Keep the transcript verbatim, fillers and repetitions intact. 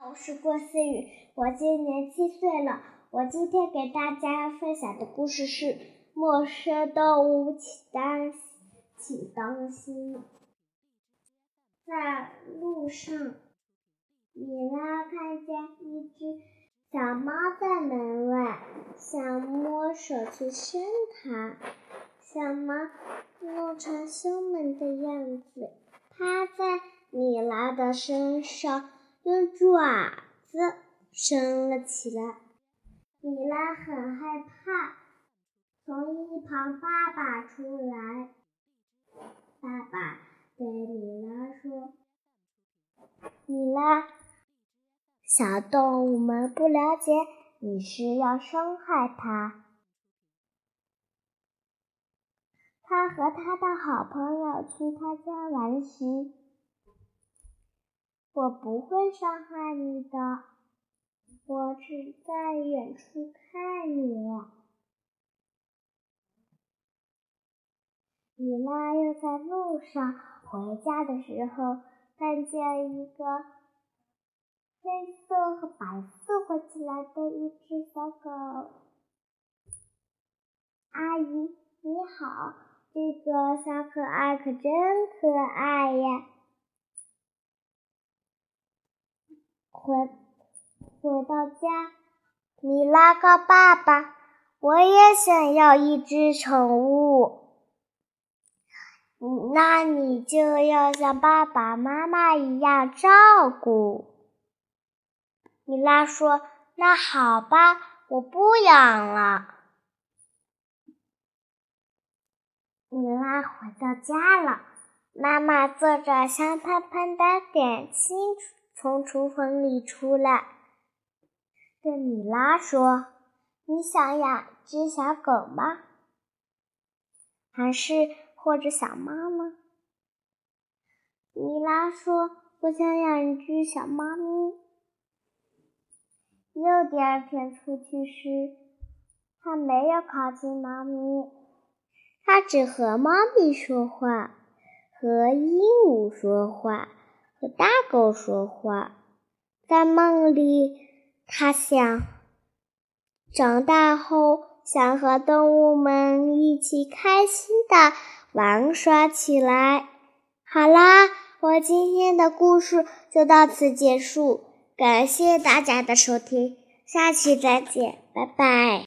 我是郭思雨，我今年七岁了。我今天给大家分享的故事是《陌生动物，请当请当心》。在路上，米拉看见一只小猫在门外，想摸手去伸它。小猫弄成凶猛的样子，趴在米拉的身上，用爪子伸了起来。米拉很害怕，从一旁爸爸出来。爸爸对米拉说：“米拉，小动物们不了解你是要伤害它。”他和他的好朋友去他家玩时，我不会伤害你的，我只在远处看你。米拉又在路上回家的时候，看见一个黑色和白色混起来的一只小狗。阿姨，你好，这个小可爱可真可爱呀！回回到家，米拉告爸爸，我也想要一只宠物。那你就要像爸爸妈妈一样照顾。米拉说，那好吧，我不养了。米拉回到家了，妈妈做着香喷喷的点心从厨房里出来，对米拉说，你想养只小狗吗？还是或者小猫呢？米拉说，我想养一只小猫咪。又第二天出去时，他没有靠近猫咪，他只和猫咪说话，和鹦鹉说话，和大狗说话。在梦里，他想，长大后想和动物们一起开心地玩耍起来。好啦，我今天的故事就到此结束，感谢大家的收听，下期再见，拜拜。